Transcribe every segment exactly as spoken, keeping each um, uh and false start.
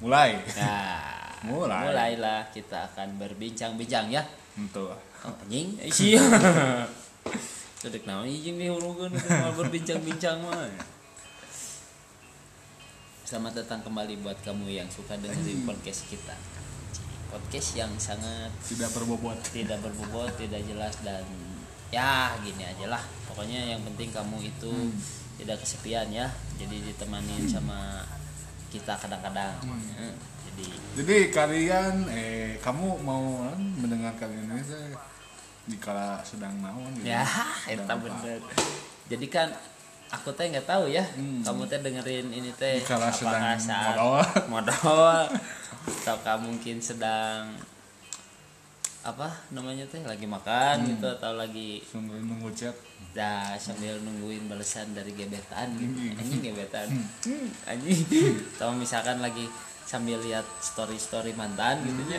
mulai. Nah, Mulai. mulailah kita akan berbincang-bincang ya. Betul. Oh, anjing, isi. Cedek naon anjing dihurungkeun mau berbincang-bincang mah. Selamat datang kembali buat kamu yang suka dengerin podcast kita. Podcast yang sangat Tidak berbobot. tidak berbobot, tidak jelas dan ya gini aja lah. Pokoknya yang penting kamu itu Hmm. tidak kesepian ya. Jadi ditemanin sama kita kadang-kadang. Hmm. Ya. Jadi Jadi kalian eh kamu mau mendengarkan ini teh dikala sedang naon gitu. ya, Sedang eta apa? bener. Jadi kan aku teh nggak tahu ya, Hmm. kamu teh dengerin ini teh Dikala sedang saat modal. modal atau kamu mungkin sedang apa namanya teh lagi makan Hmm. gitu atau lagi Sambil nunggu chat. dah sambil nungguin balasan dari gebetan gitu. Hmm. Anjing gebetan. Hmm. Hmm, anjing. Atau misalkan lagi sambil lihat story-story mantan gitu nya.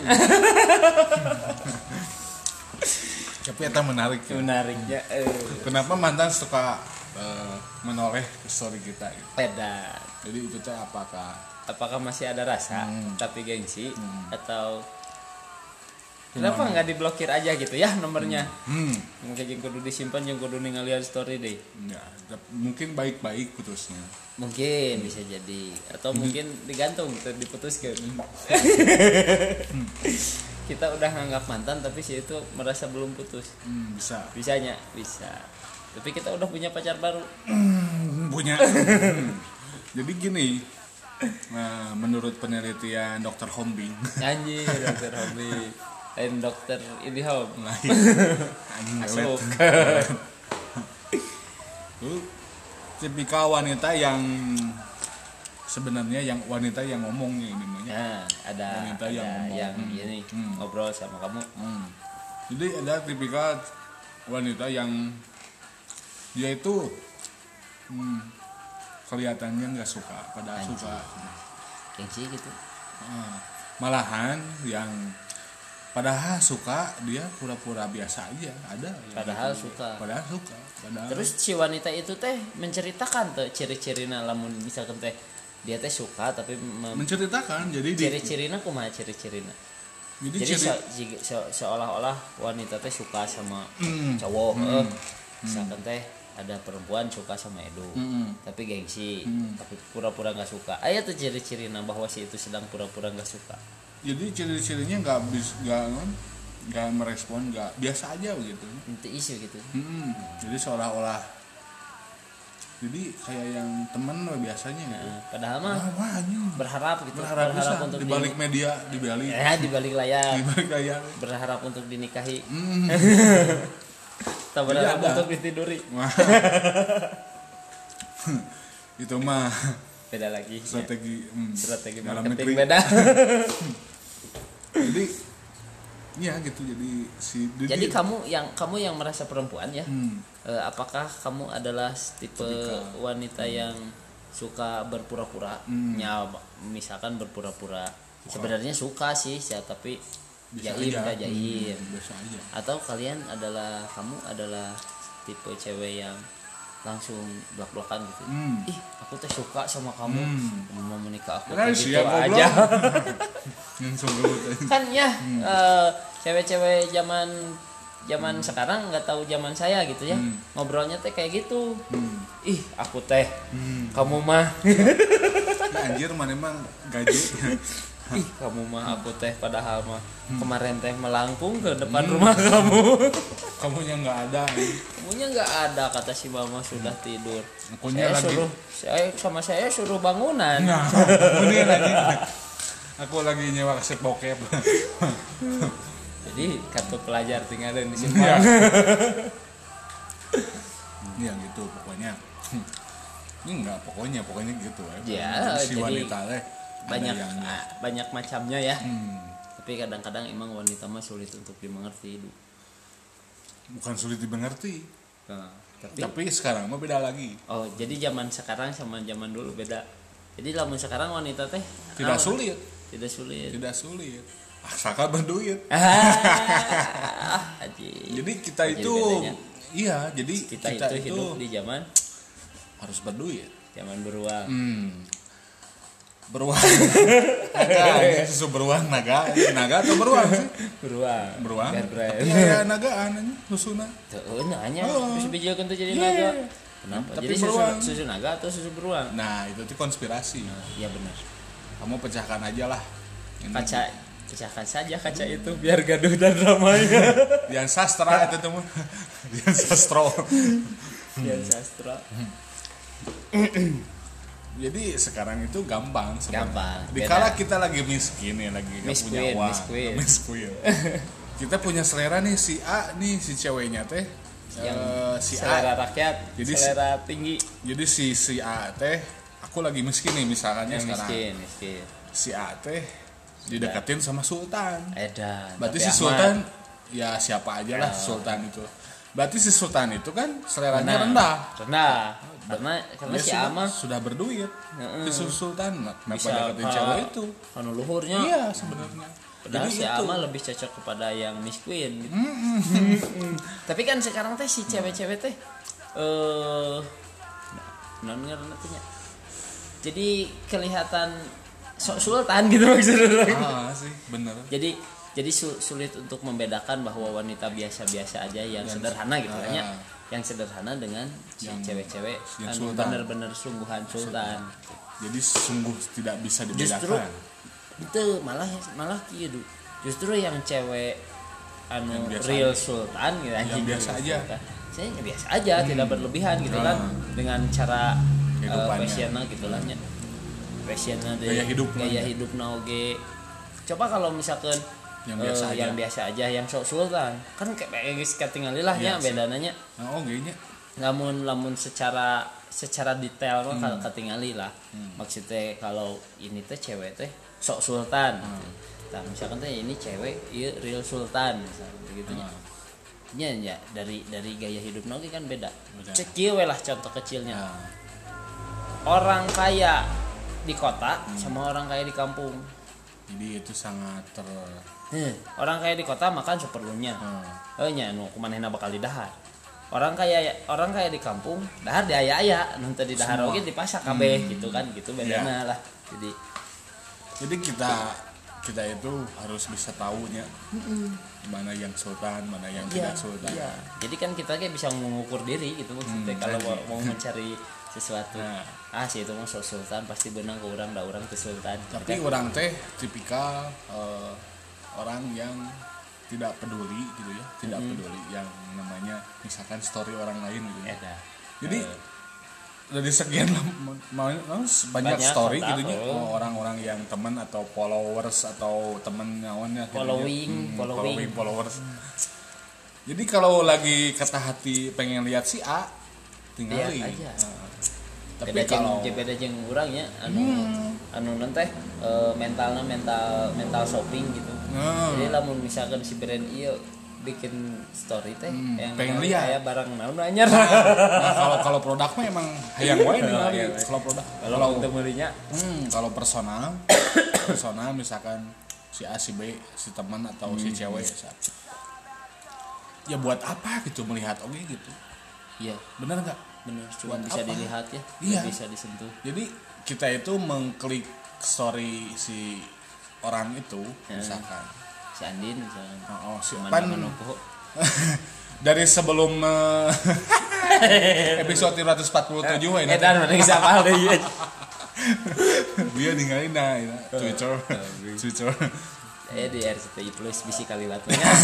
Tapi eta menarik ya. Menariknya eh Kenapa mantan suka eh, menoleh ke story kita gitu. beda. Jadi itu teh apakah Apakah masih ada rasa Hmm. tapi gengsi Hmm. atau kenapa nggak diblokir aja gitu ya nomornya? hmm Mungkin yang kudu disimpan yang kudu ninggalin story deh. ya tep- mungkin baik-baik putusnya. Mungkin bisa jadi atau mungkin digantung atau diputuskan. Kita udah nganggap mantan tapi si itu merasa belum putus. Hmm, bisa. Bisanya bisa. Tapi kita udah punya pacar baru. Hmm, punya. Hmm. Jadi gini. Nah, menurut penelitian dokter Hombing, Anjir, dokter Hobi. Lain dokter ini Hob. lain anjing Masuk. lelet. Tuh, tipikal wanita yang sebenarnya yang wanita yang ngomongnya ini namanya. Nah, ada Wanita ada yang ngomong. yang Hmm. ini Hmm. ngobrol sama kamu. Hmm. Jadi ada tipikal wanita yang dia itu hmm, kelihatannya nggak suka, padahal Anjing. suka. Gengsi gitu. Ah, malahan yang padahal suka dia pura-pura biasa aja ada yang Padahal gitu. suka. Padahal suka padahal Terus si wanita itu teh menceritakan tuh ciri-cirina lamun misalkan teh dia teh suka tapi mem- menceritakan jadi di, ciri-cirina kumaha ciri-cirina. jadi, Jadi ciri, se- jig- se- seolah-olah wanita teh suka sama Hmm. cowok, Hmm. eh. Misalkan teh ada perempuan suka sama Edo, Hmm. tapi gengsi, Hmm. tapi pura-pura nggak suka. Aya tuh ciri-cirina bahwa si itu sedang pura-pura nggak suka. jadi ciri-cirinya nggak bis nggak nggak merespon nggak biasa aja begitu. Itu isu gitu. Hmm. Jadi seolah-olah jadi kayak yang temen lah biasanya gitu. Nah, padahal mah Wah, wah, anjing. berharap gitu, berharap, bisa untuk di balik di- media di balik ya, di balik layar, di balik layar. berharap untuk dinikahi, Hmm. tak berharap ada. untuk ditiduri. Wah. Itu mah Beda lagi. strategi hmm, Strategi dalam marketing negeri. beda. Jadi ya gitu jadi si Jadi kamu yang kamu yang merasa perempuan ya, hmm, eh, apakah kamu adalah tipe Tipikal. wanita yang suka berpura-pura? Hmm. Ya, misalkan berpura-pura sebenarnya suka sih, ya, tapi bisa jaim aja. dah jaim. Hmm, biasa aja. Atau kalian adalah kamu adalah tipe cewek yang langsung blok-blokan gitu. Hmm. Ih, aku teh suka sama kamu, Hmm. mau menikah aku Nah, kayak gitu siap aja. Langsung gelut. Kan ya, eh, cewek-cewek zaman zaman sekarang nggak tahu zaman saya gitu ya. Hmm. Ngobrolnya teh kayak gitu. Hmm. Ih, aku teh, Hmm. kamu mah. Nah, anjir mana emang gaji. Ih, kamu mah aku teh padahal mah kemarin teh melangkung ke depan rumah kamu. Kamunya nggak ada. Kamunya nggak ada, kata si mama sudah tidur. Akunya Saya lagi- suruh saya sama saya suruh bangunan. Nah, ini lagi. Aku lagi nyewa kaset bokep. Jadi kartu pelajar tinggal di Iya. sini. Iya gitu pokoknya. Ini enggak pokoknya pokoknya gitu ya. Ya, si jadi wanita teh ada banyak yang ah, banyak macamnya ya. hmm, Tapi kadang-kadang emang wanita mah sulit untuk dimengerti itu. bukan sulit dimengerti. Nah, tapi, Tapi sekarang mah beda lagi. oh jadi zaman sekarang sama zaman dulu beda. Jadi lamun sekarang wanita teh Tidak naon? sulit, Tidak sulit. tidak sulit. Asalkan berduit. Ah, aji. Jadi kita Jadi itu bedanya. iya, jadi kita, kita, itu itu, hidup di zaman harus berduit. zaman beruang. Hmm. beruang. Naga, ini susu beruang naga, naga atau beruang sih? Beruang. Beruang. Bear-bear. Tapi ya nagaan aja susuna. Tuh, nanya Oh. bisa bijikan tuh jadi Iya. naga. Kenapa? Tapi Jadi susu, beruang. susu naga atau susu beruang? Nah, itu tuh konspirasi. Iya benar. Kamu pecahkan aja lah. Ini Kaca pecahkan saja kaca itu biar gaduh dan ramai. yang sastra itu teman. Yang sastro. Biar sastra. Jadi sekarang itu gampang sebenarnya. Gampang. Dikala Beda. kita lagi miskin ya, lagi nggak Miss punya Queen, uang. Miss Queen. Miss Queen. Kita punya selera nih si A nih si ceweknya teh Yang eh, si selera A. rakyat, Jadi selera tinggi. Jadi si si A teh aku lagi miskin nih misalkannya Yang sekarang. miskin, miskin. Si A teh dideketin sama Sultan. Edan. Berarti tapi si Ahmad. Sultan ya siapa aja lah Oh. Sultan itu. Berarti si Sultan itu kan seleranya Rendah. rendah. Rendah. Karena karena Dia si sudah, Ama sudah berduit. Heeh. Si Sultan kenapa bisa deketin cewek itu? anu luhurnya. Iya sebenarnya. Padahal Jadi si itu. Ama lebih cocok kepada yang Miss Queen gitu. Tapi kan sekarang teh si cewek-cewek teh eh non ngaranna teh nya. Jadi kelihatan sok sultan gitu maksudnya. Ah sih bener. Jadi jadi su- sulit untuk membedakan bahwa wanita biasa-biasa aja yang Yang- sederhana gitu ah. kan ya. Yang sederhana dengan si Yang- cewek-cewek yang anu sultan. bener-bener sungguhan sultan. Jadi sungguh tidak bisa Justru dibedakan. itu malah malah kieu Du. Justru yang cewek anu Yang biasa real aja. sultan gitu anjing, biasa real aja. sultan. Saya nggak biasa aja, tidak berlebihan gitu kan Ah. dengan cara uh, Kehidupannya. fashionnya gitu lah nya. Fashionnya deh, Gaya hidupnya. gaya hidupnya oge. Coba kalau misalkan Yang eh, biasa aja. yang biasa aja yang sok sultan kan kayak geus katingali lah nya Iya sih. bedananya. Nah, oh kayaknya Lamun lamun secara secara detail mah Hmm. katingali lah. Maksudnya kalau ini teh cewek teh sok sultan. Gitu. Nah, misalkan teh ini cewek ieu real sultan misalnya begitu nya. Ah. Nya ya dari dari gaya hidup oge kan beda. Beda. Cek kieu we lah contoh kecilnya. nah, Orang kaya di kota Hmm. sama orang kaya di kampung. jadi itu sangat ter Heh, orang kaya di kota makan seperlunya. hmm. Oh nya nu kumanehna bakal didahar. Orang kaya orang kaya di kampung, dahar di aya-aya, nu teu didahar Semua. oge dipasak kabeh gitu kan, gitu bedana Iya. lah. Jadi Jadi kita kita itu harus bisa tahunya mana yang sultan, mana yang iya, tidak sultan. iya. Jadi kan kita kayak bisa mengukur diri gitu maksudnya Hmm, kalau mau, iya. mau mencari sesuatu. Nah. Ah sih itu mah sok sultan pasti benang ke orang, da orang ke sultan. Tapi Kan- orang teh tipikal eh, orang yang tidak peduli gitu ya, tidak Hmm. peduli yang namanya misalkan story orang lain gitu ya. Eta. Jadi Eh, dari sekian lama- ma- ma- banyak, Banyak story kontak, gitu ya, oh. oh, orang-orang yang teman atau followers atau temen naonnya gitu ya. Following, Hmm, following. followers. Jadi kalau lagi kata hati pengen lihat si A tinggalin. Lihat aja. Nah, tapi beda jeung kalau jeung- beda jeung urangnya anu Hmm. anu non teh eh, mentalna mental mental shopping gitu. Nah. Jadi lamun misalkan si brand ieu bikin story teh Hmm, yang pengen lihat. kayak barang naon anyar. nah kalau kalau produk mah emang hayang wae Iya, ningali. iya. Kalau produk Kalau kalau untuk belinya hmm, kalau personal personal misalkan si A si B si teman atau si Hmm. cewek misalkan. Ya buat apa gitu melihat oke gitu. iya Bener nggak? bener cuma Buat bisa apa? dilihat ya, Iya. nggak bisa disentuh. Jadi kita itu mengklik story si orang itu Ya. misalkan. Si Andin misalnya. Oh, oh, si Mana Pan mana poho. dari sebelum eh, episode seratus empat puluh tujuh ini Edan mana geus apal deui ieu. dia ninggalin nah ya, Twitter Twitter. Eh di R C T I Plus bisi kaliwat.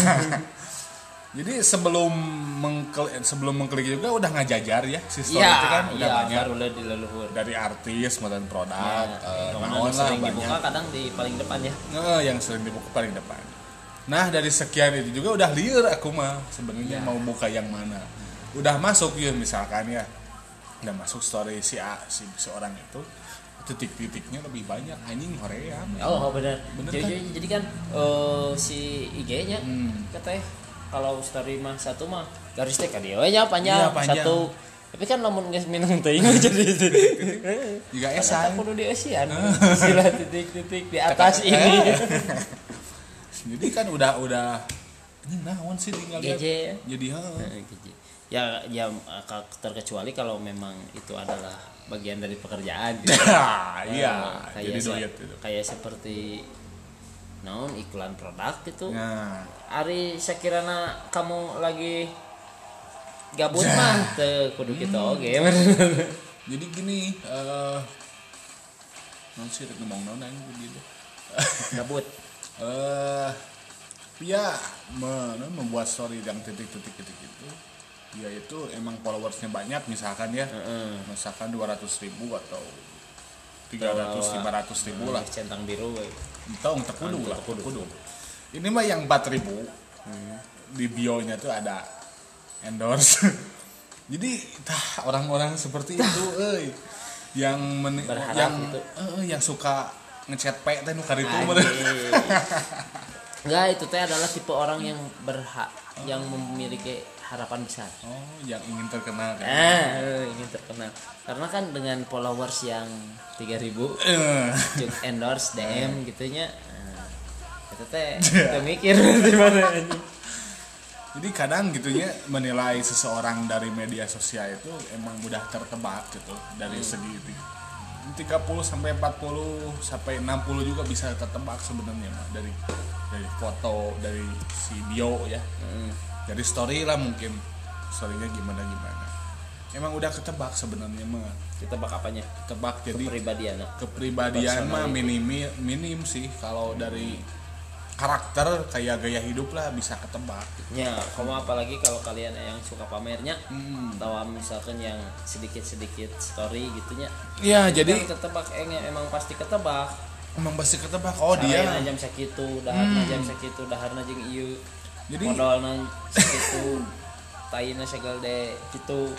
Jadi sebelum mengklik sebelum mengklik juga udah ngajajar ya si story Iya, itu kan udah iya, banyak baru di leluhur. dari artis maupun produk eh, Yang naon lah sering banyak. dibuka kadang di paling depan ya. Nah, yang sering dibuka paling depan. Nah dari sekian itu juga udah liar aku mah sebenarnya Iya. mau buka yang mana. Udah masuk ya misalkan ya, udah masuk story si A si seorang itu titik-titiknya lebih banyak anjing Korea. Oh, benar. Bener Jadi, kan? jadi, jadi kan eh, si I G-nya Hmm. katanya kalau story mah satu mah garis teh ka dieu nya panjang, Iya, panjang. satu. Tapi kan lamun geus minang teuing mah jadi Juga Padahal esan. kudu dieusian. Istilah titik-titik di atas Teka-teka. ini. Jadi kan udah udah ini naon sih tinggal G J ya. Jadi heeh. Nah, gitu. Ya ya terkecuali kalau memang itu adalah bagian dari pekerjaan gitu. Iya, kayak jadi se- duit itu. kayak seperti naon iklan produk gitu. Nah, Ari sakirana kamu lagi gabut mah teu kudu kitu oge. jadi gini, eh non sih rek ngomong naon aing begitu. Gabut. Eh ya me- no, membuat story yang titik-titik titik itu dia itu emang followersnya banyak misalkan ya, Heeh. misalkan dua ratus ribu atau tiga ratus lima ratus ribu lah, Centang biru we. entah untuk kudu Ah, lah untuk kudu. Ini mah yang empat ribu di bio-nya tuh ada endorse. Jadi tah orang-orang seperti itu euy yang men- Berharap yang gitu. eh, yang suka ngechat pe teh nu karitu Anjing. Enggak, itu teh adalah tipe orang yang berhak yang memiliki harapan besar. oh yang ingin terkenal kan. Ah, ingin terkenal. Karena kan dengan followers yang tiga ribu Eh, cuk endorse D M gitunya. Nah, itu teh udah mikir di mana anjing. jadi kadang gitunya menilai seseorang dari media sosial itu emang mudah tertebak gitu dari segi tiga puluh sampai empat puluh sampai enam puluh juga bisa tertebak sebenarnya mah dari dari foto dari si bio ya. Heeh. Dari story lah mungkin storynya gimana gimana emang udah ketebak sebenarnya mah Kita bak apanya? tebak jadi Kepribadian. kepribadian mah Personality. minim minim sih kalau dari karakter kayak gaya hidup lah bisa ketebak gitu. Ya, kamu apalagi kalau kalian yang suka pamernya Hmm. atau misalkan yang sedikit-sedikit story gitunya. Ya jadi Kan ketebak eh, emang pasti ketebak. emang pasti ketebak oh dia Sarayana jam sakitu, daharna jam sakitu, daharna jeung ieu. jadi Modalna sakitu, taina segel de kitu.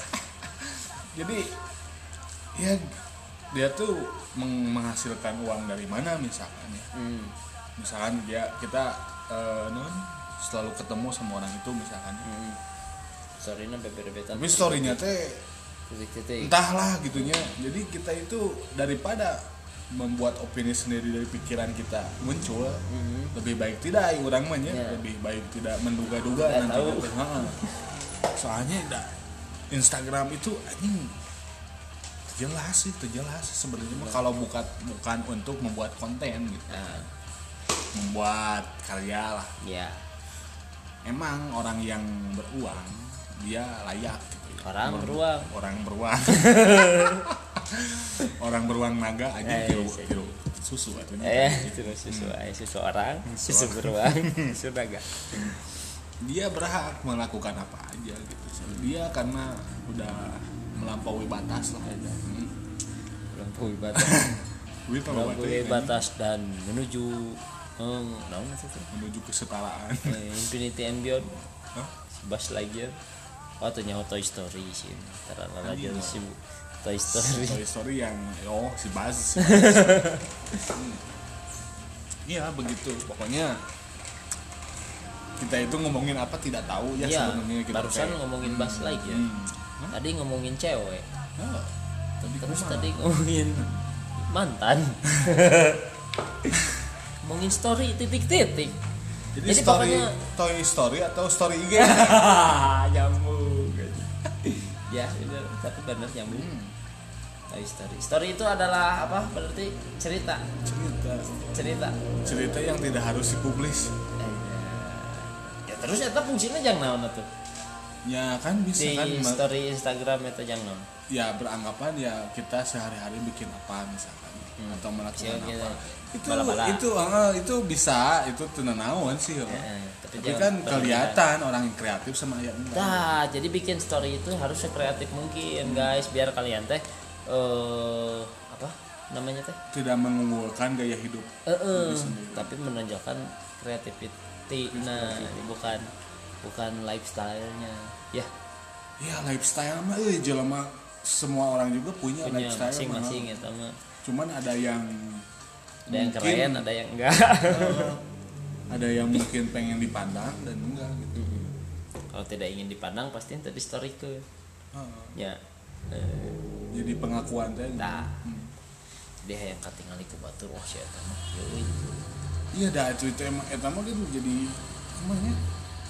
jadi ya dia tuh meng- menghasilkan uang dari mana misalkan ya Hmm. misalkan dia kita eh, non selalu ketemu sama orang itu misalkan Hmm. Storyna beber-bebetan. tapi storynya teh titik-titik. entahlah gitunya jadi kita itu daripada membuat opini sendiri dari pikiran kita muncul Mhm. lebih baik tidak ya orang mah nya. Ya. Lebih baik tidak menduga-duga Nggak nanti tahu. gitu. Heeh. Soalnya da, Instagram itu anjing jelas sih terjelas sebenarnya mah kalau bukan bukan untuk membuat konten gitu Nah, membuat karya lah ya. emang orang yang beruang dia layak gitu ya. Orang Orang- beruang. orang beruang orang beruang naga aja Eh, kilo, iya. kilo susu atunya Eh, itu susu ay susu orang, susu beruang, susu naga. dia berhak melakukan apa aja gitu dia karena udah melampaui batas lah ya. Hmm. Melampaui batas, Wih, kalau melampaui batas, batas dan menuju eh, naon itu? menuju kesetaraan Eh, Infinity and Beyond. Hah? Bas lagi. Oh, tuh nyawa Toy Story sih. Tarana aja Anjing. si Toy Story. Toy Story yang oh si Buzz iya begitu pokoknya kita itu ngomongin apa tidak tahu ya Iya, sebenarnya kita barusan kayak- ngomongin Buzz Lightyear. Hmm. Hah? Tadi ngomongin cewek. Oh, tadi Terus kumaha? tadi ngomongin mantan. Ngomongin story titik-titik. jadi, Jadi story pokoknya- Toy Story atau Story I G Nyambung. Ya, bener. Tapi benar nyambung. Hmm. Toy Story. Story itu adalah apa? Berarti cerita. cerita Cerita. cerita yang tidak harus dipublis Eh, ya terus eta fungsinya jangan naon atuh. ya kan bisa Di kan ma- story Instagram itu jangan naon. ya beranggapan ya kita sehari-hari bikin apa misalkan atau melakukan Siapa kita apa itu bala-bala. itu ah, itu bisa itu tenanawan sih ya. Eh, tapi tapi jangan kan berlebihan. kelihatan orang yang kreatif sama ayat enggak. Nah, jadi bikin story itu harus sekreatif mungkin, guys, biar kalian teh eh apa namanya teh? tidak mengunggulkan gaya hidup Eh, eh, diri sendiri. tapi menonjolkan creativity. Nah, ini bukan bukan lifestyle-nya. Ya, ya lifestyle mah eh jelema semua orang juga punya, punya lifestyle masing-masing mah. ya sama. Cuman ada yang Ada yang mungkin, keren, ada yang enggak. eh, ada yang mungkin pengen dipandang dan enggak gitu. Kalau tidak ingin dipandang pasti tadi story ke. Ah, Ya. Eh, jadi pengakuan teh Nah. hmm. dia yang katingali ku batur wah sia eta mah. Yeuy. Iya dah itu itu emang eta mah kan jadi namanya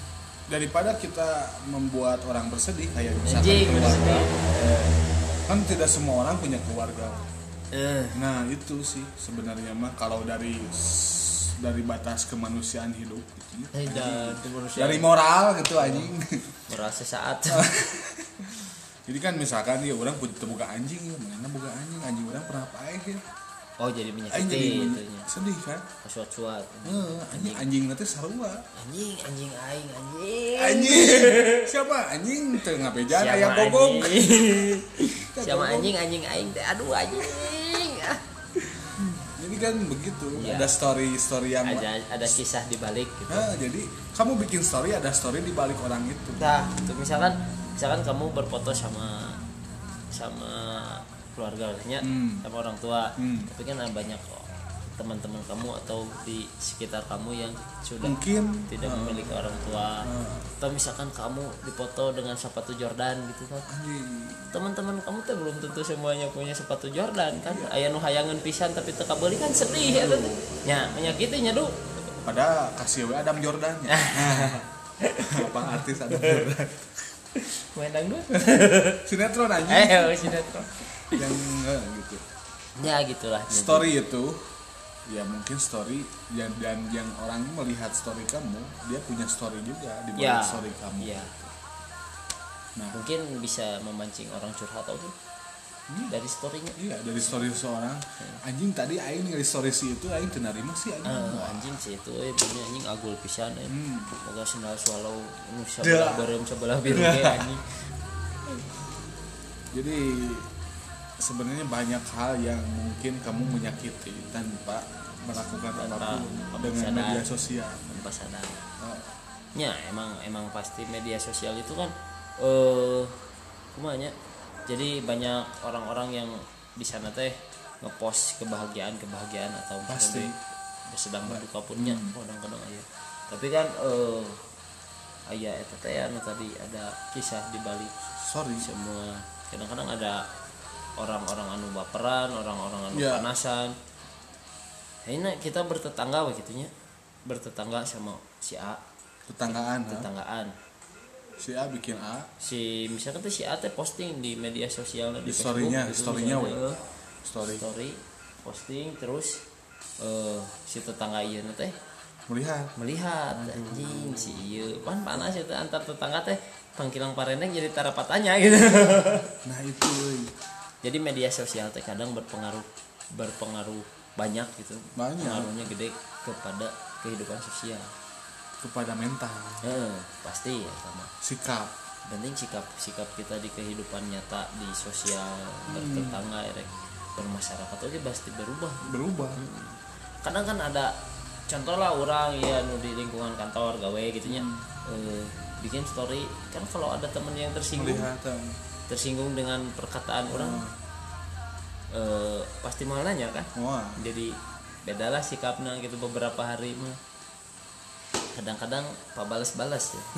daripada kita membuat orang bersedih kayak misalkan Anjing, keluarga, bersedih. kan tidak semua orang punya keluarga. Eh, Nah itu sih sebenarnya mah kalau dari dari batas kemanusiaan hidup gitu. eh, dan manusia Dari moral gitu anjing. merasa saat. Jadi kan misalkan ya orang punya buka anjing ya, mana buka anjing, anjing orang pernah apa ya? Oh jadi Anjing menyakiti jadi itunya. sedih kan? Suat-suat. Heeh, anjing anjing nanti sarua. Anjing, anjing aing, anjing. Anjing. Siapa anjing teu ngabejan Siapa aya gogong. anjing? Siapa anjing, anjing aing teh aduh anjing. Ah. Jadi kan begitu, Ya. ada story-story yang Ada ada kisah di balik gitu. Nah, jadi kamu bikin story ada story di balik orang itu. Nah, itu misalkan misalkan kamu berfoto sama sama keluarga katanya, Hmm. sama orang tua. Hmm. Tapi kan ada banyak kok teman-teman kamu atau di sekitar kamu yang sudah Mungkin tidak uh, memiliki orang tua. uh, Atau misalkan kamu dipoto dengan sepatu Jordan gitu kan. anjing. Teman-teman kamu tuh belum tentu semuanya punya sepatu Jordan kan. Aya nu hayangan pisan tapi teu kabeuli kan sedih ya teh. Nya menyakitinya du. Pada kasih we Adam Jordan ya. Apa artis Adam Jordan? Main dangdut. Sinetron anjing. Eh, oh, sinetron. Yang eh, gitu. Ya gitulah. Jadi, Story itu ya mungkin story yang dan yang orang melihat story kamu, dia punya story juga di balik ya, story kamu. ya. Nah, Mungkin bisa memancing orang curhat atau tuh Hmm. dari storynya. iya dari story seseorang anjing tadi aing dari story si itu aing teu narima sih anjing. Eh, anjing sih itu eh punya anjing agul pisan eh. Hmm. Moga sendal swallow nu sabelah beureum sabelah biru ge anjing. Jadi sebenarnya banyak hal yang mungkin kamu menyakiti tanpa melakukan Tanpa apapun kamu dengan sadar. media sosial. Tanpa sadar. Oh, Ya emang emang pasti media sosial itu kan eh kumanya. Jadi banyak orang-orang yang di sana teh ngepost kebahagiaan-kebahagiaan atau Pasti. misalnya sedang berduka punnya kadang-kadang aya. Tapi kan eh aya eta teh anu tadi ada kisah di balik sorry. semua. Kadang-kadang ada orang-orang anu baperan, orang-orang anu Ya. panasan. Ayeuna kita bertetangga begitunya. Bertetangga sama si A, Tetanggaan, ha? tetanggaan. Si A bikin A, Si misalkan tuh si A teh posting di media sosial di Di Facebook story-nya, gitu, story-nya, misalnya, we. eh, story story posting terus eh si tetangga ieu teh melihat. melihat anjing si ieu pan panas itu antar tetangga teh pangkilang parendeng jadi tarapatannya gitu. Nah itu, euy. Jadi media sosial teh kadang berpengaruh berpengaruh banyak gitu. Banyak. Pengaruhnya gede kepada kehidupan sosial. Kepada mental, Eh, pasti ya sama. sikap. Penting sikap sikap kita di kehidupan nyata di sosial bertetangga erek bermasyarakat oke pasti berubah. Berubah. Kadang kan ada contoh lah orang ya nu di lingkungan kantor gawe gitunya eh, bikin story kan kalau ada temen yang tersinggung Melihat. eh, tersinggung dengan perkataan orang eh, pasti mau nanya kan. Wah, Jadi bedalah sikapnya gitu beberapa hari mah. Kadang-kadang pak balas-balas ya.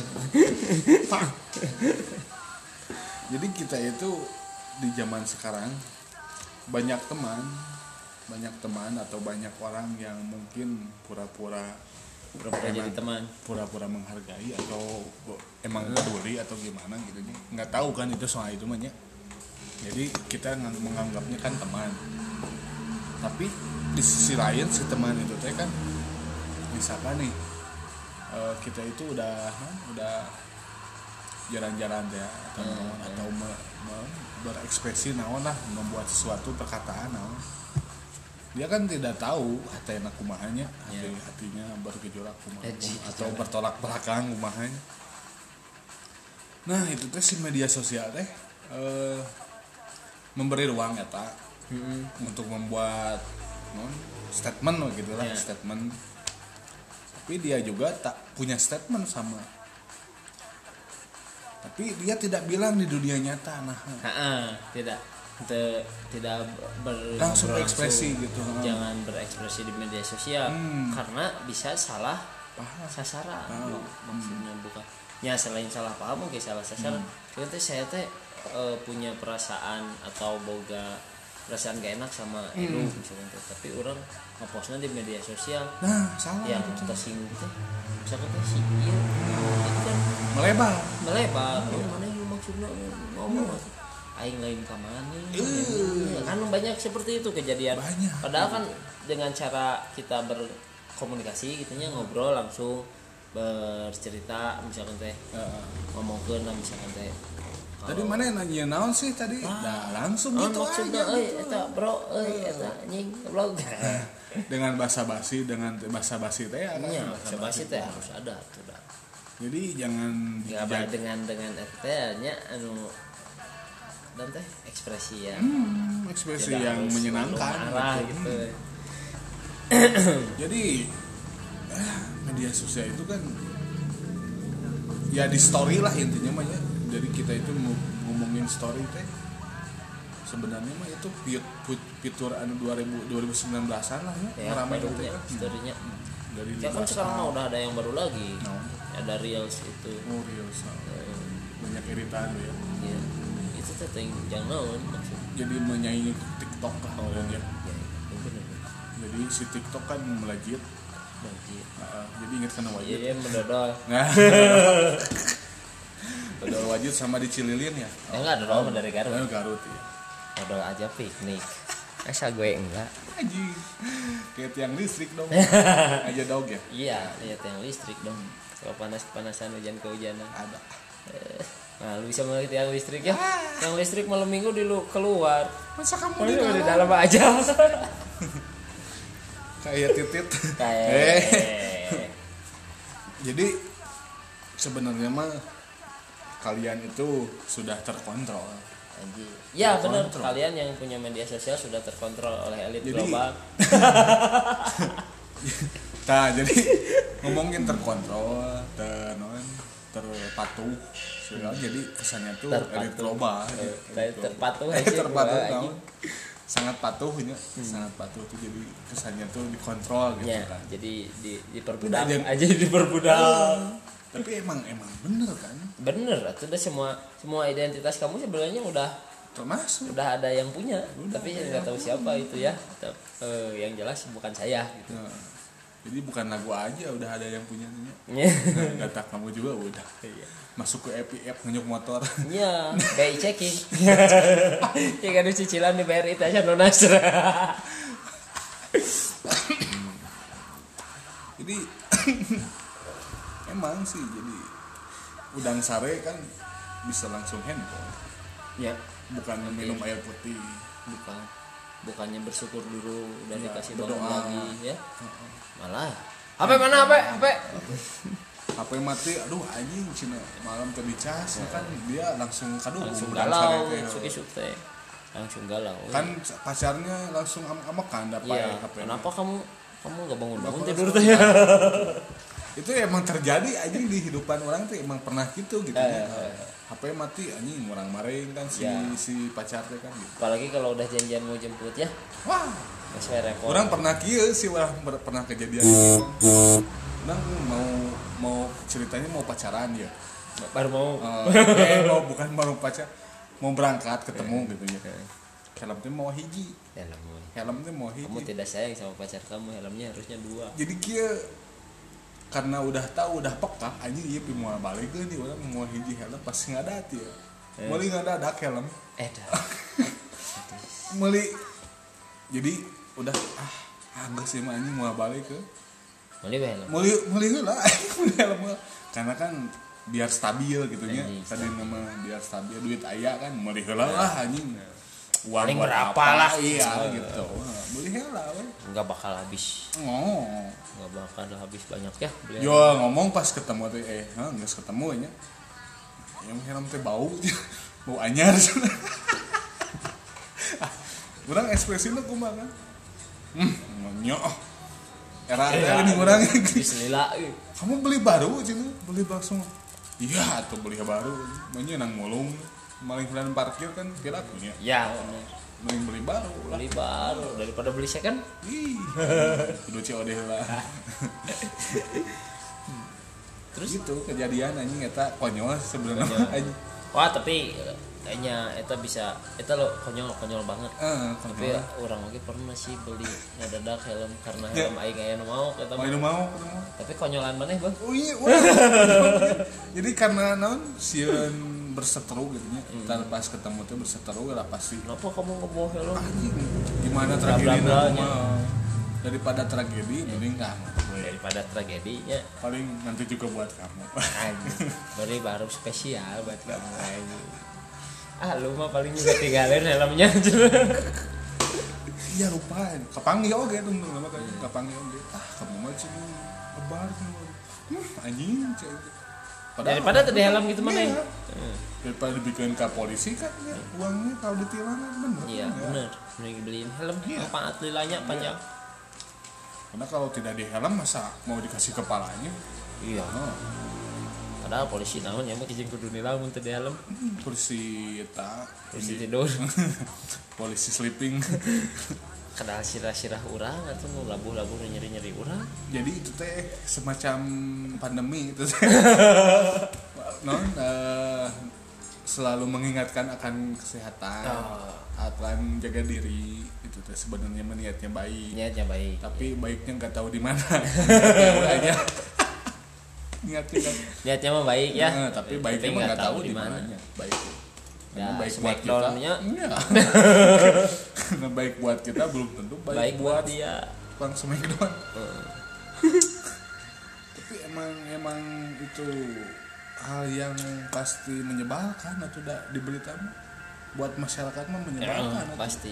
jadi kita itu di zaman sekarang banyak teman, banyak teman atau banyak orang yang mungkin pura-pura Pura-pura jadi emang teman. pura-pura menghargai atau emang peduli atau gimana gitu nya. Nggak tahu kan itu soal itu mah nya. Jadi kita ngang- menganggapnya kan teman. Tapi di sisi lain si teman itu teh kan misalkan nih eh, kita itu udah huh, udah jalan-jalan ya atau Hmm, naon, hmm. atau me- me- berekspresi naon lah membuat sesuatu perkataan naon dia kan tidak tahu hatena kumahanya hati Ya. hatinya bergejolak kumaha Eji, atau gejolak. bertolak belakang kumahanya. Nah itu teh si media sosial teh eh, memberi ruang eta untuk membuat non statement lah gitu lah Ya. statement, tapi dia juga tak punya statement sama, tapi dia tidak bilang di dunia nyata. Nah Ha-ha, tidak Te- tidak ber- langsung berlangsung. ekspresi gitu. Jangan berekspresi di media sosial Hmm. karena bisa salah Paham. sasaran. Oh. Maksudnya bukan. Ya selain salah paham mungkin salah sasaran. Hmm. Karena teh saya teh eh, punya perasaan atau boga perasaan gak enak sama Edu hmm. misalkan tuh. Tapi orang ngepostnya di media sosial nah salah yang gitu. tersinggung teh misalkan teh si iya itu kan melebar melebar oh mana yang maksudnya ngomong hmm. aing lain ka mana uh. kan banyak seperti itu kejadian banyak. Padahal kan dengan cara kita berkomunikasi gitunya ngobrol langsung bercerita misalkan teh uh. ngomongkeun misalkan teh tadi mana nanya naon sih tadi ah. nah langsung oh, gitu aja gitu. Eta bro euy eta anjing vlog dengan basa-basi dengan basa-basi teh kan ya, basa-basi teh harus ada tuh dah. Jadi jangan ya dengan dengan eta nya anu dan teh ekspresi yang hmm, ekspresi yang menyenangkan marah, gitu. Jadi eh, media sosial itu kan ya di story lah intinya mah ya. Jadi kita itu ngomongin story teh sebenarnya mah itu fitur anu dua ribu sembilan belasan lah ya, ya ramai teh story-nya. Hmm. Dari ya kan sekarang mah udah ada yang baru lagi. No. Ada Reels itu. Oh, Reels. Uh, banyak iritan ya. Iya. Itu teh yang jangan maksud. Jadi menyaingi TikTok lah oh, ya. Ya, benar. Jadi si TikTok kan melejit. Melejit. Uh, jadi ingat kena wajib. Iya, mendodol. Nah. Dodol wajib sama di Cililin ya? Oh. Enggak, dodol oh, dari Garut. Oh, Garut ya. Dodol aja piknik. Asa gue enggak. Anjing. Kayak tiang listrik dong. Aja dog ya? Iya, lihat tiang listrik dong. Kalau panas-panasan hujan kehujanan ada. Nah, lu bisa melihat tiang listrik ya? Ah. Tiang listrik malam minggu di lu keluar. Masa kamu di dalam? Di dalam aja. Kayak titit. Kayak. Eh. Jadi sebenarnya mah kalian itu sudah terkontrol. Anjir. Ya benar, kalian yang punya media sosial sudah terkontrol oleh elit jadi, global. Nah, jadi ngomongin terkontrol, ter non, terpatuh, segala hmm. jadi kesannya tuh terpatuh. Elit global. Eh, elit terpatuh aja. Terpatuh tau. Sangat patuhnya, hmm. sangat patuh tuh jadi kesannya tuh dikontrol gitu ya, kan. Jadi di diperbudak aja diperbudak. Uh. Tapi emang emang bener kan? Bener, itu udah semua semua identitas kamu sebenarnya udah termasuk. Udah ada yang punya, udah tapi nggak tahu siapa itu ya. Uh, yang jelas bukan saya. Gitu. Nah, jadi bukan lagu aja udah ada yang punya. Nggak tak kamu juga udah. Masuk ke E P F ngenyuk motor. Iya, B I checking. Ya kan cicilan di B R I itu aja lunas. Jadi emang sih jadi udang sare kan bisa langsung handphone ya bukan okay. minum air putih bukan bukannya bersyukur dulu udah ya, dikasih bangun lagi ya uh-uh. Malah H P mana H P H P H P mati aduh anjing cina malam tadi cas oh. Kan dia langsung kadu langsung galau suki-suki teh langsung galau kan pacarnya langsung am-amakan dapat ya, H P kenapa kamu kamu nggak bangun-bangun tidur teh itu emang terjadi aja di kehidupan orang tuh emang pernah gitu gitu eh, ya. eh. H P mati anjing orang marahin kan si ya. si pacarnya kan gitu. Apalagi kalau udah janjian mau jemput ya wah masih repot orang pernah kieu sih orang pernah kejadian orang mau mau ceritanya mau pacaran ya baru mau uh, eh mau bukan baru pacar mau berangkat ketemu gitu ya kayak helmnya mau hiji helm helmnya mau hiji kamu tidak sayang sama pacar kamu helmnya harusnya dua jadi kieu karena udah tahu udah peka anjing ieu pi moal balik deui urang mau hiji helm pas ngadat ya eh. Meuli ngadadak helm eh dah meuli jadi udah ah agak sih mah anjing moal balik ke meuli helm meuli meuli heula meuli helm karena kan biar stabil gitu nya tadi nama biar stabil duit aya kan meuli heula lah anjing uang berapa lah iya gitu beli heula we enggak bakal habis oh enggak bakal habis banyak ya beli yo ngomong pas ketemu teh eh ha geus ketemu nya yang helm teh bau bau anyar urang ekspresina kumaha kan hmm nyo era teh ini urang bislila kamu beli baru cenah beli langsung iya atuh beli baru manya nang mulung maling bulan parkir kan kira punya ya mending beli baru lah. Beli baru daripada beli second ih kudu C O D lah terus itu kejadian anjing eta konyol sebenarnya anjing wah tapi kayaknya eta bisa eta lo konyol konyol banget. Eh, Tapi orang oge pernah sih beli ngadadak helm karena helm aing aya nu mau eta mau mah. nu mau ketemu. Tapi konyolan maneh Bang. Oh iya, wah. Jadi karena naon sieun berseteru gitu nya. Entar pas ketemu teh berseteru lah pasti. Kenapa kamu ngebawa helm? Anjing, gimana Bla, tragedi bla, nanti blanya. mah. Daripada tragedi mending enggak Daripada tragedinya paling nanti juga buat kamu. anjing. Beri baru spesial buat kamu anjing. Ah lu mah paling juga tinggalin helmnya aja. Iya lupa, kapangi oge tuh nama kan, kapangi oge. Ah kamu mah cuma lebar tuh. Hmm, anjing cek. Daripada tadi helm gitu mana ya? Iya. Daripada dibikin ke polisi kan ya, uangnya kalau ditilang kan bener. Iya kan, ya. bener. Mending beliin helm. Iya. Manfaat lilanya panjang. Karena kalau tidak di helm masa mau dikasih kepalanya? Iya. Oh. Padahal polisi naon ya mah kijing kudu nilang mun teu di helm. Hmm, polisi eta, Polisi tidur. polisi sleeping. Kadal sirah-sirah urang atuh nu labuh-labuh nyeri-nyeri urang. Jadi itu teh semacam pandemi itu teh. Non uh, selalu mengingatkan akan kesehatan, Oh. akan jaga diri itu teh sebenarnya niatnya baik. Niatnya baik. Tapi baiknya nggak tahu di mana. Niatnya niatnya kan. Niatnya mah baik ya. Nah, tapi baiknya mah nggak tahu di mana. Baik. Karena Ya, baik buat kita. smackdown-nya. Iya. Karena baik buat kita belum tentu baik, Baik buat dia. Bang Smackdown. Heeh. Tapi emang emang itu hal yang pasti menyebalkan atau tidak di berita mah. Buat masyarakat mah menyebalkan. Emang pasti.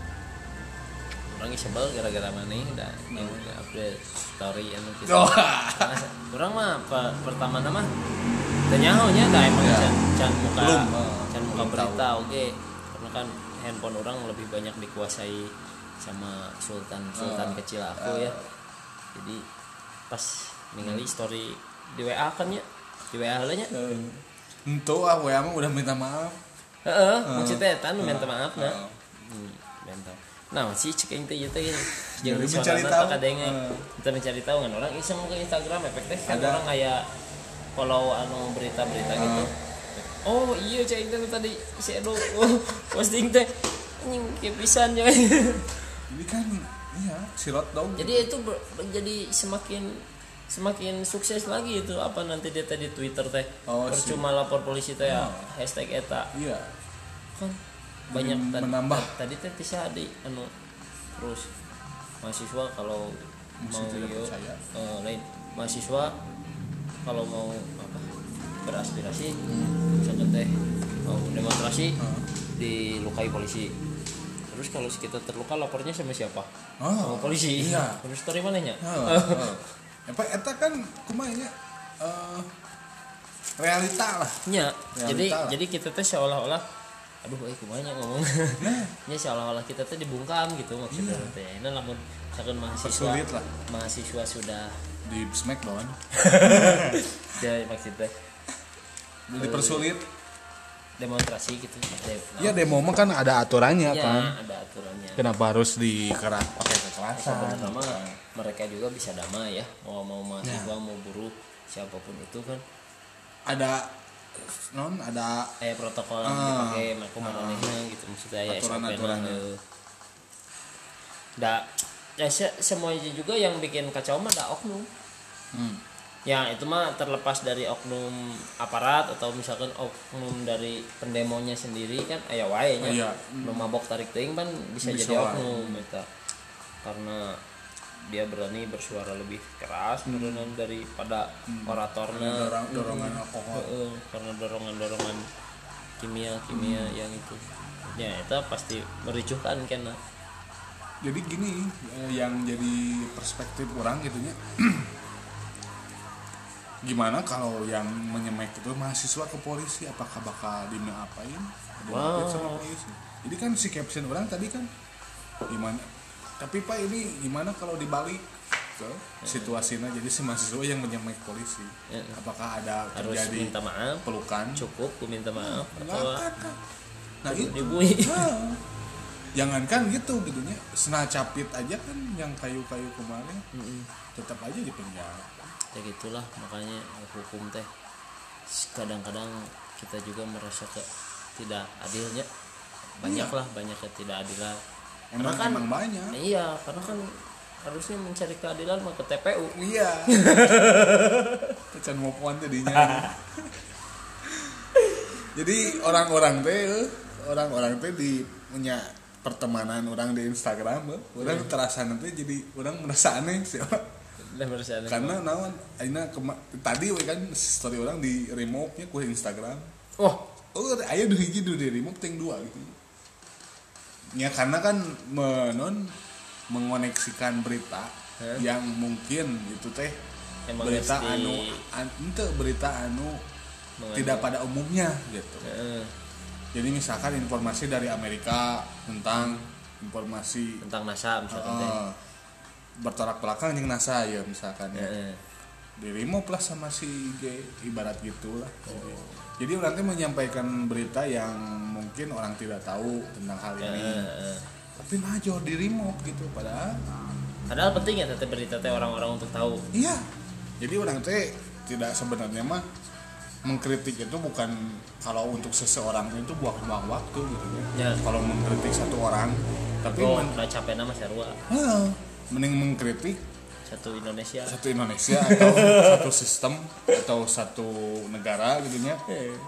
Orang sebel gara-gara maneh da yang update story anu gitu. Oh. Urang mah pa, pertama nama teu nyaho nya da emang Ya. can, can muka Belum. can muka Belum berita oke. Karena kan handphone orang lebih banyak dikuasai sama sultan sultan Uh. kecil aku ya. Jadi pas ningali story di W A kan ya. Di W A heula nya. Untuk ah W A mah udah minta maaf. Heeh, maksudnya eta nu minta Uh. maaf na. Uh. Hmm, minta. Nah, si cek yang teh teh Jadi jeung mencari suarana tahu. tak kadenge. Uh. Kita mencari tahu kan orang iseng ke Instagram efek teh kan Ada. orang aya follow anu berita-berita gitu. Oh, iya cek teh tadi si Edo oh, posting teh anjing kieu pisan coy. Ini kan iya silot dong. Jadi itu ber, jadi semakin semakin sukses lagi itu apa nanti dia tadi Twitter teh. Oh, Percuma lapor polisi teh ya hashtag eta. Iya. Kan banyak tadi, menambah. tadi teh bisa di anu terus mahasiswa kalau Masih mau tidak yuk percaya. eh, lain mahasiswa kalau mau apa beraspirasi misalkan teh mau demonstrasi Uh. dilukai polisi terus kalau kita terluka lapornya sama siapa Oh, sama polisi iya. terus story mananya Heeh. Apa eta kan kumaha nya eh realita lah. nya Realita jadi lah. jadi kita teh seolah-olah aduh eh kumanya ngomong nya seolah-olah kita teh dibungkam gitu maksudnya Iya. teh ini lamun misalkan mahasiswa Persulit lah. mahasiswa sudah Di Smackdown dia maksudnya udah dipersulit. demonstrasi gitu De- Ya demo mah kan ada aturannya ya, kan. ada aturannya Kenapa harus dikeras pakai kekerasan? sebenarnya mah mereka juga bisa damai ya mau mau mahasiswa mau buruh siapapun itu kan Ada non ada eh protokol yang Ah. dipakai aku marahnya gitu maksudnya ya Aturan-aturannya. da ya se- semuanya juga yang bikin kacau mah da oknum hmm. ya itu mah terlepas dari oknum aparat atau misalkan oknum dari pendemonya sendiri kan aya wae nya Iya. nu mabok tarik teuing kan bisa, Bisa jadi wae. oknum eta karena dia berani bersuara lebih keras hmm. daripada oratornya Dorong, dorongan alkohol. Heeh, karena dorongan-dorongan kimia-kimia Hmm. yang itu ya itu pasti mericuhkan kan Jadi gini eh, yang jadi perspektif orang gitunya. Gimana kalau yang menyemek itu mahasiswa ke polisi, apakah bakal diapain? Wow. Sama polisi. Jadi kan si caption orang tadi kan gimana? Tapi Pak ini gimana kalau dibalik ke situasinya jadi si mahasiswa yang menyemek polisi? Ya. Apakah ada harus terjadi minta maaf pelukan? cukup ku minta maaf Enggak atau akan kan. Nah kudu itu. dibui. Nah, jangankan gitu gitunya, sena capit aja kan yang kayu-kayu kemarin Mm-mm. tetap aja di penjara. Ya gitulah makanya hukum teh kadang-kadang kita juga merasa ke tidak adilnya banyak Iya. lah banyak yang tidak adilan. Emang Karena kan- emang banyak. Iya, karena kan harusnya mencari keadilan mah ke T P U. Iya. Tecan mau puan tadinya. Jadi orang-orang teh orang-orang teh di punya pertemanan orang di Instagram, eh, orang terasa nanti jadi orang merasa aneh sih. Dan merasa aneh. Karena naon ayeuna kema- tadi we kan story orang di remove nya ku Instagram. oh Oh, aya du hiji du di remove ting dua gitu. Ya karena kan menon mengoneksikan berita Hah? yang mungkin itu teh emang berita mesti- anu an, ente berita anu Mengandung. tidak pada umumnya gitu. Heeh. Jadi misalkan informasi dari Amerika tentang informasi tentang NASA misalkan teh. uh, bertolak belakang yang NASA ya misalkan ya. Heeh. Di remove lah sama si G ibarat gitulah. Jadi orang tuh menyampaikan berita yang mungkin orang tidak tahu tentang hal ini. Heeh. Tapi major di remove gitu padahal Padahal penting ya teteh berita teh orang-orang untuk tahu. iya. Jadi orang teh tidak sebenarnya mah mengkritik itu bukan kalau untuk seseorang itu buang-buang waktu gitu ya. Ya. Kalau mengkritik satu orang, tapi Oh, men- udah capek nama sarua. Hah, mending mengkritik Satu Indonesia. satu Indonesia atau satu sistem atau satu negara gitu ya.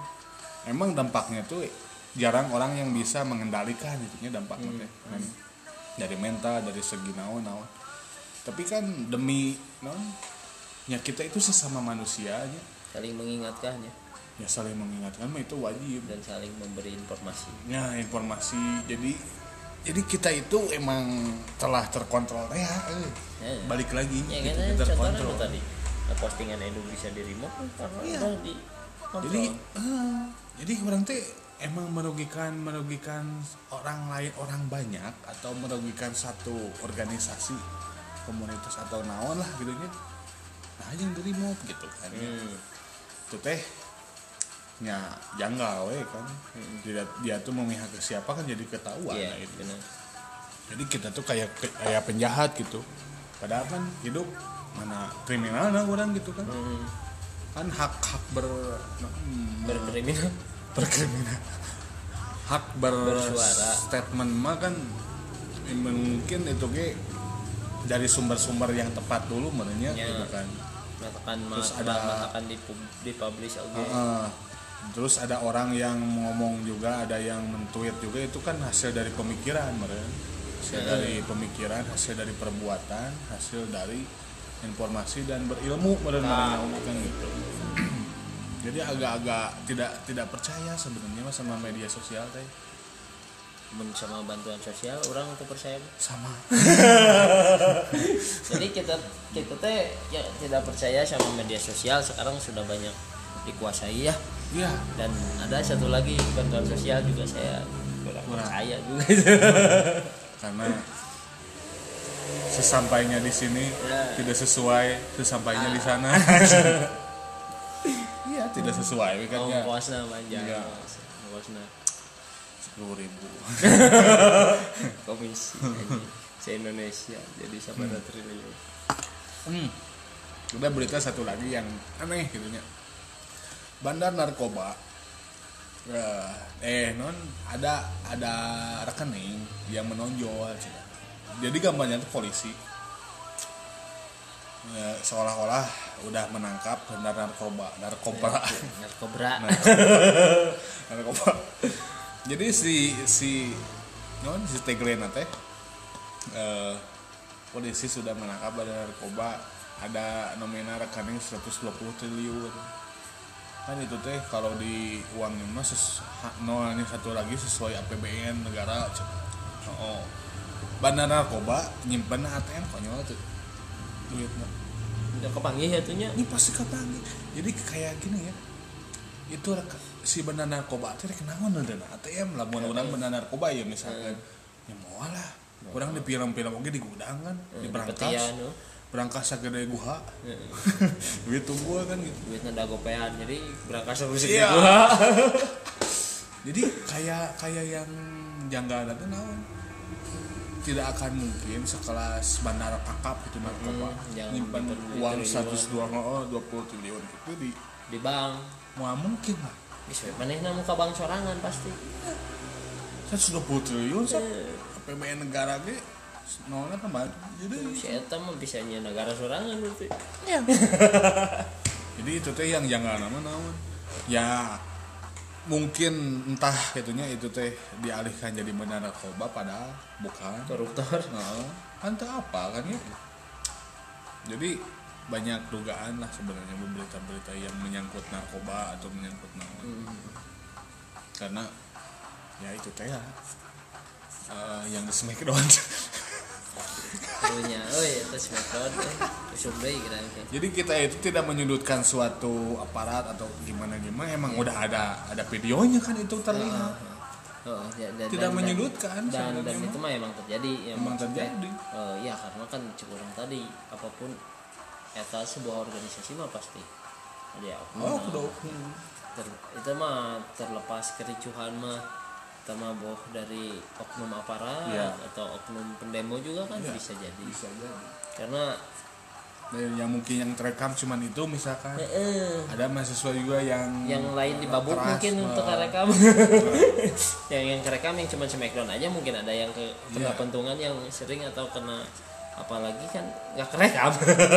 Emang dampaknya tuh jarang orang yang bisa mengendalikan gitu ya dampaknya teh. Men. Dari mental, dari segi naon-naon. Tapi kan demi naon ya kita itu sesama manusia aja. Saling mengingatkan ya Ya saling mengingatkan mah itu wajib. dan saling memberi informasi. Ya informasi jadi jadi kita itu emang telah terkontrol ya eh. Ya, Balik lagi ya gitu, kan kita contohnya terkontrol. itu tadi. Nah, postingan Edu bisa di remove karena Iya. udah di Jadi eh, jadi orang teh emang merugikan merugikan orang lain orang banyak atau merugikan satu organisasi komunitas atau naon lah gitu nya. Nah yang di remove gitu kan. hmm. Itu teh nya janggal we kan. Dia dia tuh memihak ke siapa kan jadi ketahuan Iya, nah, itu. benar. Jadi kita tuh kayak kayak penjahat gitu. Padahal kan hidup mana kriminal nah orang gitu kan. Hmm. Kan hak-hak ber hmm, Berkriminal. berkriminal. Hak Bersuara. berstatement mah kan emang mungkin itu ge dari sumber-sumber yang tepat dulu menurutnya Ya. gitu kan. Mengatakan Terus ma- ada- akan dipublish oke. Heeh. Terus ada orang yang ngomong juga, ada yang men-tweet juga, itu kan hasil dari pemikiran meren. Hasil Ya. dari pemikiran, hasil dari perbuatan, hasil dari informasi dan berilmu meren Nah. kan gitu. Jadi agak-agak tidak tidak percaya sebenarnya mas sama media sosial teh. Sama bantuan sosial orang untuk percaya. Sama. Jadi kita kita teh ya tidak percaya sama media sosial sekarang sudah banyak dikuasai ya. Iya. Dan ada satu lagi bantuan sosial juga saya kurang Kurang. percaya juga. Karena sesampainya di sini Ya. tidak sesuai sesampainya di sana. Iya, tidak sesuai kan ya. Ongkosnya panjang. Iya. Ongkosnya sepuluh ribu. komisi anjing. Se-Indonesia jadi sabaraha triliun. Hmm. Udah berita satu lagi yang aneh gitu nya. Bandar narkoba. Eh, eh non ada ada rekening yang menonjol cina. Jadi gambarnya tuh polisi. Ya, seolah-olah udah menangkap bandar narkoba, narkoba. Narkobra. narkoba. Jadi si si non si tagline teh eh, polisi sudah menangkap bandar narkoba, ada nominal rekening seratus dua puluh triliun. Kan itu teh kalau di uangnya mah ses, ha- no ini satu lagi sesuai A P B N negara. Oh, bandar narkoba nyimpen A T M konyol tuh duitnya. Udah kepanggih ya tuhnya. Ini pasti kepanggil. Jadi kayak gini ya. Itu rek- si bandar narkoba teh rek naon dana A T M lah mun urang bandar narkoba ya misalkan. Ya moal lah. Urang di film-film oge di gudang kan, di berangkas. Petian, no? Berangkas sagede guha. Duit tunggu kan gitu. Duitnya udah gopean jadi berangkat terus Iya. gua. Jadi kayak kayak yang janggal teh naon? Tidak akan mungkin sekelas bandara kakap gitu narkoba Hmm, jangan nyimpan nyimpen duit uang triliun. seratus dua puluh triliun gitu di Di bank. mau mungkin lah Bisa manehna muka bang sorangan pasti. Saya sudah puluh triliun sok A P B N negara ge nolnya tambah jadi Si eta mah bisanya negara sorangan berarti. jadi itu teh yang jangan nama naon ya mungkin entah gitunya itu teh dialihkan jadi benar narkoba padahal bukan Koruptor. nah, kan teu apa kan itu jadi banyak dugaan lah sebenarnya berita-berita yang menyangkut narkoba atau menyangkut naon Hmm. karena ya itu teh ya uh, yang di Smackdown Punya, oh iya itu Smackdown eh. Usum deui kira-kira. jadi kita itu tidak menyudutkan suatu aparat atau gimana gimana emang udah ada ada videonya kan itu terlihat Oh, ya, dan, tidak dan, menyudutkan dan, dan, dan sebenarnya itu mah emang terjadi ya, Emang maksudnya, terjadi. eh, ya karena kan cukup tadi apapun eta sebuah organisasi mah pasti ada ya oh oknum. kudu Ter, itu mah terlepas kericuhan mah kita mah boh dari oknum aparat Ya. atau oknum pendemo juga kan Ya, bisa jadi bisa jadi karena dan yang mungkin yang terekam cuman itu misalkan eh, eh, ada mahasiswa juga yang yang lain dibabuk keras, mungkin uh, untuk kerekam yang yang kerekam yang cuma Smackdown aja mungkin ada yang ke kena Iya. pentungan yang sering atau kena apalagi kan nggak kerekam.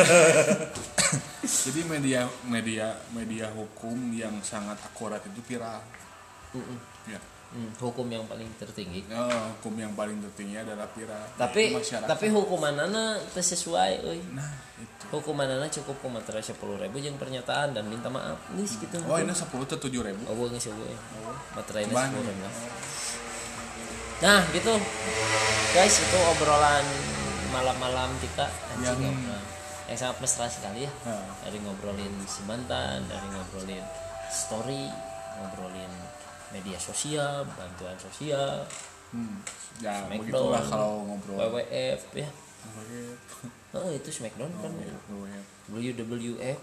jadi media media media hukum yang sangat akurat itu viral Mm-mm. ya Hmm, hukum yang paling tertinggi oh, hukum yang paling tertinggi adalah viral tapi Yaitu masyarakat. tapi hukumanana teu sesuai euy. nah itu Hukumanana cukup kumaha sepuluh ribu jeung pernyataan dan minta maaf geus gitu. oh ini sepuluh atau tujuh ribu Oh, geus euy. Materaina Banyak. sepuluh ribu. Nah, gitu. Guys, itu obrolan malam-malam kita anjing Yang- ngobrol. Yang sangat mesra sekali ya. Nah. Dari ngobrolin si mantan, dari ngobrolin story, ngobrolin media sosial, bantuan sosial, hmm. ya Smackdown, begitulah kalau ngobrol W W F ya. W W F. Oh, itu Smackdown kan. W W F. W W F.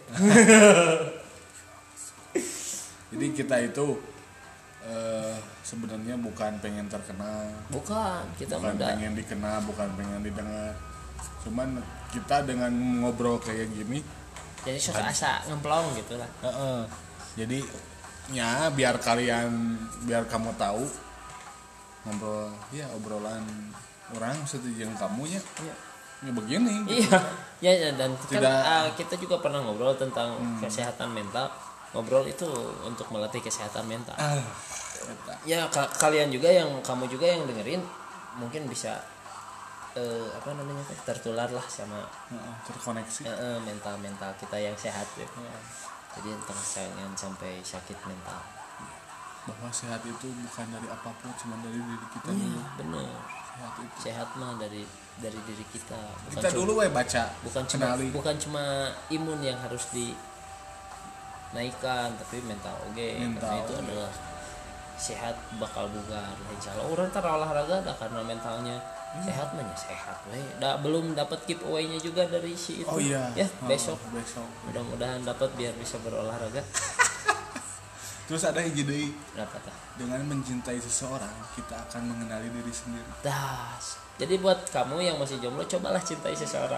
Jadi kita itu eh, sebenarnya bukan pengen terkenal, Bukan, kita bukan mah pengen dikenal, bukan pengen didengar. Cuman kita dengan ngobrol kayak gini, jadi suka asa ngemplong gitu lah. heeh. Jadi ya biar kalian, biar kamu tahu ngobrol, ya obrolan orang setuju kamu ya, Iya. ya begini. Gitu. Iya, ya, ya dan kan Tidak- ah, kita juga pernah ngobrol tentang kesehatan mental. Ngobrol itu untuk melatih kesehatan mental. Ah, eta. Ya ka- kalian juga yang kamu juga yang dengerin mungkin bisa eh, apa namanya teh, tertular lah sama Heeh, terkoneksi. eh, eh, mental-mental kita yang sehat ya. Jadi jangan sampai sakit mental. Bahwa sehat itu bukan dari apapun, cuma dari diri kita Iya, dulu. bener. Sehat itu. Sehat mah dari dari diri kita. Bukan Kita cuma- dulu we baca, bukan cuma kenali. bukan cuma imun yang harus dinaikkan tapi mental oke Mental, karena itu oge. adalah sehat bakal bugar lah insya Allah orang tar olahraga dah karena mentalnya sehat mah ya sehat we da, belum dapat giveaway-nya juga dari si itu Oh iya. ya Oh, besok besok. mudah-mudahan dapat biar bisa berolahraga. Terus ada yang jadi Apa tah dengan mencintai seseorang kita akan mengenali diri sendiri. das jadi buat kamu yang masih jomblo cobalah cintai seseorang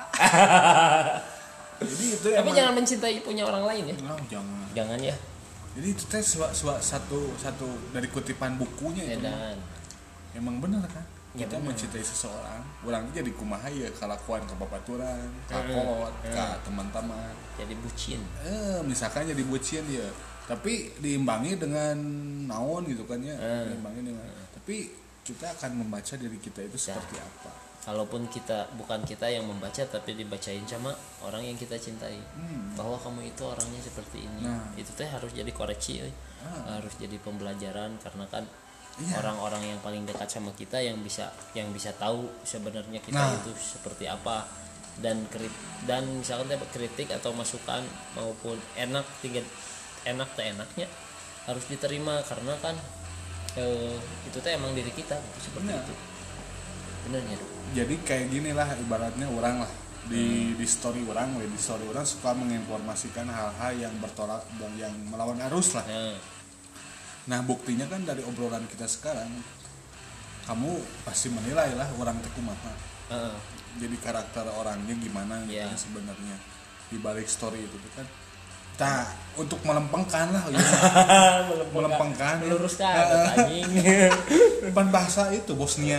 Jadi itu tapi emang- jangan mencintai punya orang lain ya No, jangan. jangan ya Jadi itu teh sua- sua- satu satu dari kutipan bukunya itu. dan Emang benar kan? Ya, Kita bener. mencintai seseorang, orang jadi kumaha ya kalakuan ke babaturan, ka Hmm. kolot, Hmm. ka teman-teman. jadi bucin. Eh, misalkan jadi bucin ya. Tapi diimbangi dengan naon gitu kan ya. Hmm. Diimbangi dengan. Tapi kita akan membaca diri kita itu seperti apa. Kalaupun kita bukan kita yang membaca tapi dibacain sama orang yang kita cintai Hmm. bahwa kamu itu orangnya seperti ini Nah. itu teh harus jadi koreksi euy. Ah. Harus jadi pembelajaran karena kan Iya. orang-orang yang paling dekat sama kita yang bisa yang bisa tahu sebenarnya kita Nah. itu seperti apa dan krit dan misalkan teh kritik atau masukan maupun enak tiga enak teh enaknya harus diterima karena kan eh, itu teh emang diri kita gitu, seperti Benar. itu benernya dong. Jadi kayak gini lah ibaratnya orang lah di di story orang, di story orang suka menginformasikan hal-hal yang bertolak dan yang melawan arus lah. Nah, Nah buktinya kan dari obrolan kita sekarang, kamu pasti menilai lah orang teh kumaha. heeh. Jadi karakter orangnya gimana gitu Iya. kan sebenarnya di balik story itu tuh kan. tak untuk melempengkan lah ya. melempengkan meluruskan uh, anjing pan bahasa itu Bosnia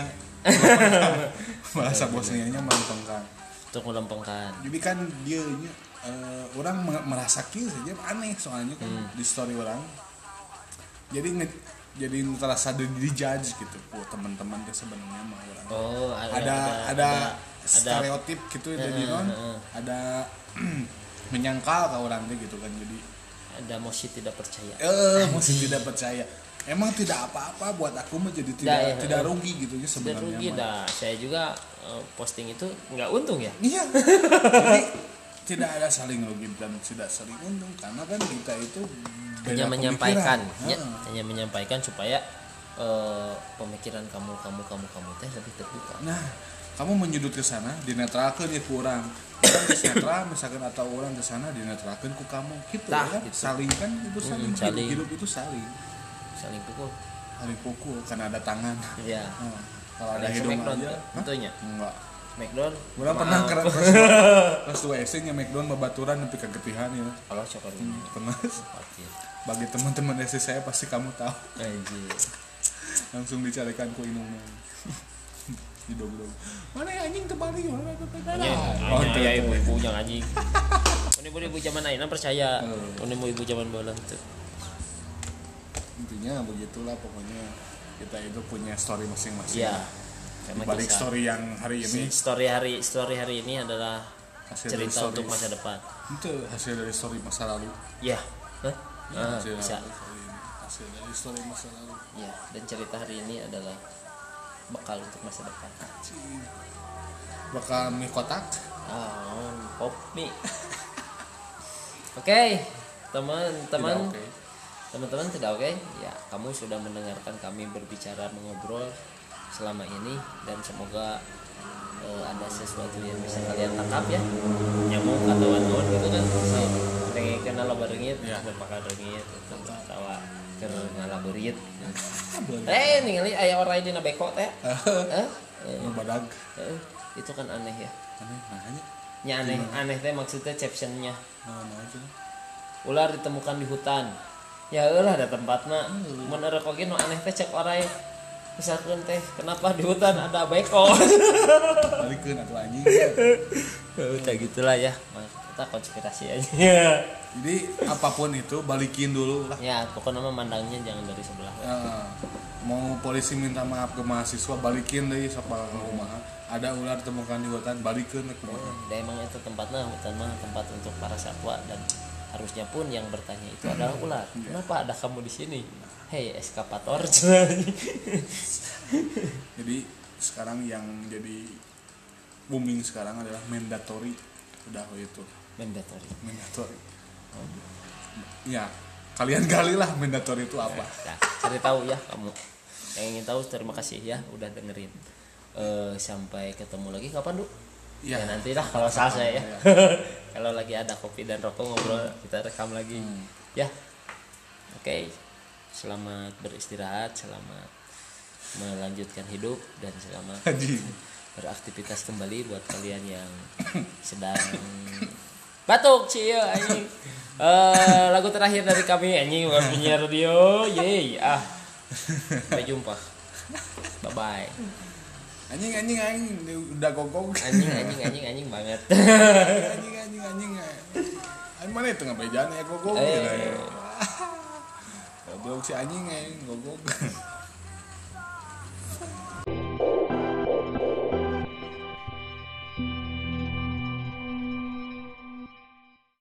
bahasa Bosnianya melempengkan untuk melempengkan jadi kan dia uh, orang merasa kieu saja aneh soalnya kan hmm. di story orang jadi nge- jadi terasa dijudge gitu oh teman-teman tuh sebenarnya mah orang oh ada ada ada, ada, stereotip ada, gitu jadi uh, non uh, uh. ada menyangkal ke orang tuh gitu kan jadi ada mosi tidak percaya eh mosi tidak percaya emang tidak apa-apa buat aku mah jadi tidak nah, ya, tidak rugi gitu ya sebenarnya tidak rugi dah saya juga uh, posting itu nggak untung ya iya jadi tidak ada saling rugi dan tidak saling untung karena kan kita itu hanya menyampaikan ya, hanya menyampaikan supaya uh, pemikiran kamu kamu kamu kamu teh lebih terbuka nah kamu menyudut ke sana dinetralkeun ya ku urang kan netral misalkan atau orang ke sana dinetralkeun ku kamu gitu nah, ya gitu. Saling kan itu saling, hmm, saling. Hidup, hidup itu saling saling pukul saling pukul karena ada tangan iya nah, kalau ada hidung aja tentunya enggak McDonald orang pernah keren pas dua S nya McDonald babaturan tapi kegetihan ya kalau cokor hmm, pernah bagi teman-teman S saya pasti kamu tahu anjir langsung dicarikan ku inung didog-dog mana anjing terbalik mana oh ya ibu-ibu yang anjing ini ibu-ibu zaman ayeuna percaya ini mau ibu zaman bolang tuh intinya begitulah pokoknya kita itu punya story masing-masing ya balik story yang hari ini story hari story hari ini adalah hasil cerita untuk masa depan itu hasil dari story masa lalu ya huh? ya ah, hasil, bisa. hasil dari story masa lalu ya dan cerita hari ini adalah bekal untuk masa depan bakal mie kotak oh pop mie oke okay, teman-teman okay. teman-teman tidak oke okay? Ya kamu sudah mendengarkan kami berbicara mengobrol selama ini dan semoga uh, ada sesuatu yang bisa kalian tangkap ya nyamuk atau naon gitu kan so, pengen kenal barengit ya. Bakal barengit tawa keur ngalaberit eh ningali aya orang dina beko teh eh badag itu kan aneh ya aneh nanya nya aneh aneh teh maksudnya captionnya nah nah itu ular ditemukan di hutan ya eulah ada tempatna mun eureuk oge nu aneh teh cek orai misalkan teh kenapa di hutan ada beko balikeun atuh anjing udah gitulah ya kita konspirasi aja jadi apapun itu balikin dulu lah ya pokoknya mandangnya jangan dari sebelah ya, mau polisi minta maaf ke mahasiswa balikin deh sok bakal ke rumah ada ular ditemukan di hutan balikin ke rumah dan emang itu tempatnya hutan mah tempat untuk para satwa dan harusnya pun yang bertanya itu adalah ular kenapa ada kamu di sini hei eskapator jadi sekarang yang jadi booming sekarang adalah mandatory udah itu mandatory mandatory oh. Ya kalian gali lah mandatory itu apa ya, cari tahu ya kamu yang ingin tahu terima kasih ya udah dengerin uh, sampai ketemu lagi kapan Du? Ya, ya nanti lah kalau selesai ya, ya. Kalau lagi ada kopi dan rokok ngobrol kita rekam lagi hmm. Ya oke okay. Selamat beristirahat selamat melanjutkan hidup dan selamat Haji. Beraktivitas kembali buat kalian yang sedang batuk cie anjing. Uh, lagu terakhir dari kami anjing bukan penyiar radio. Yeay ah. Sampai jumpa. Bye bye. Anjing anjing anjing udah gogong. Anjing anjing anjing anjing banget. Anjing anjing anjing. Ay mana itu ngapain jalan ya gogong gitu ya. Goblok si anjing anjing gogong.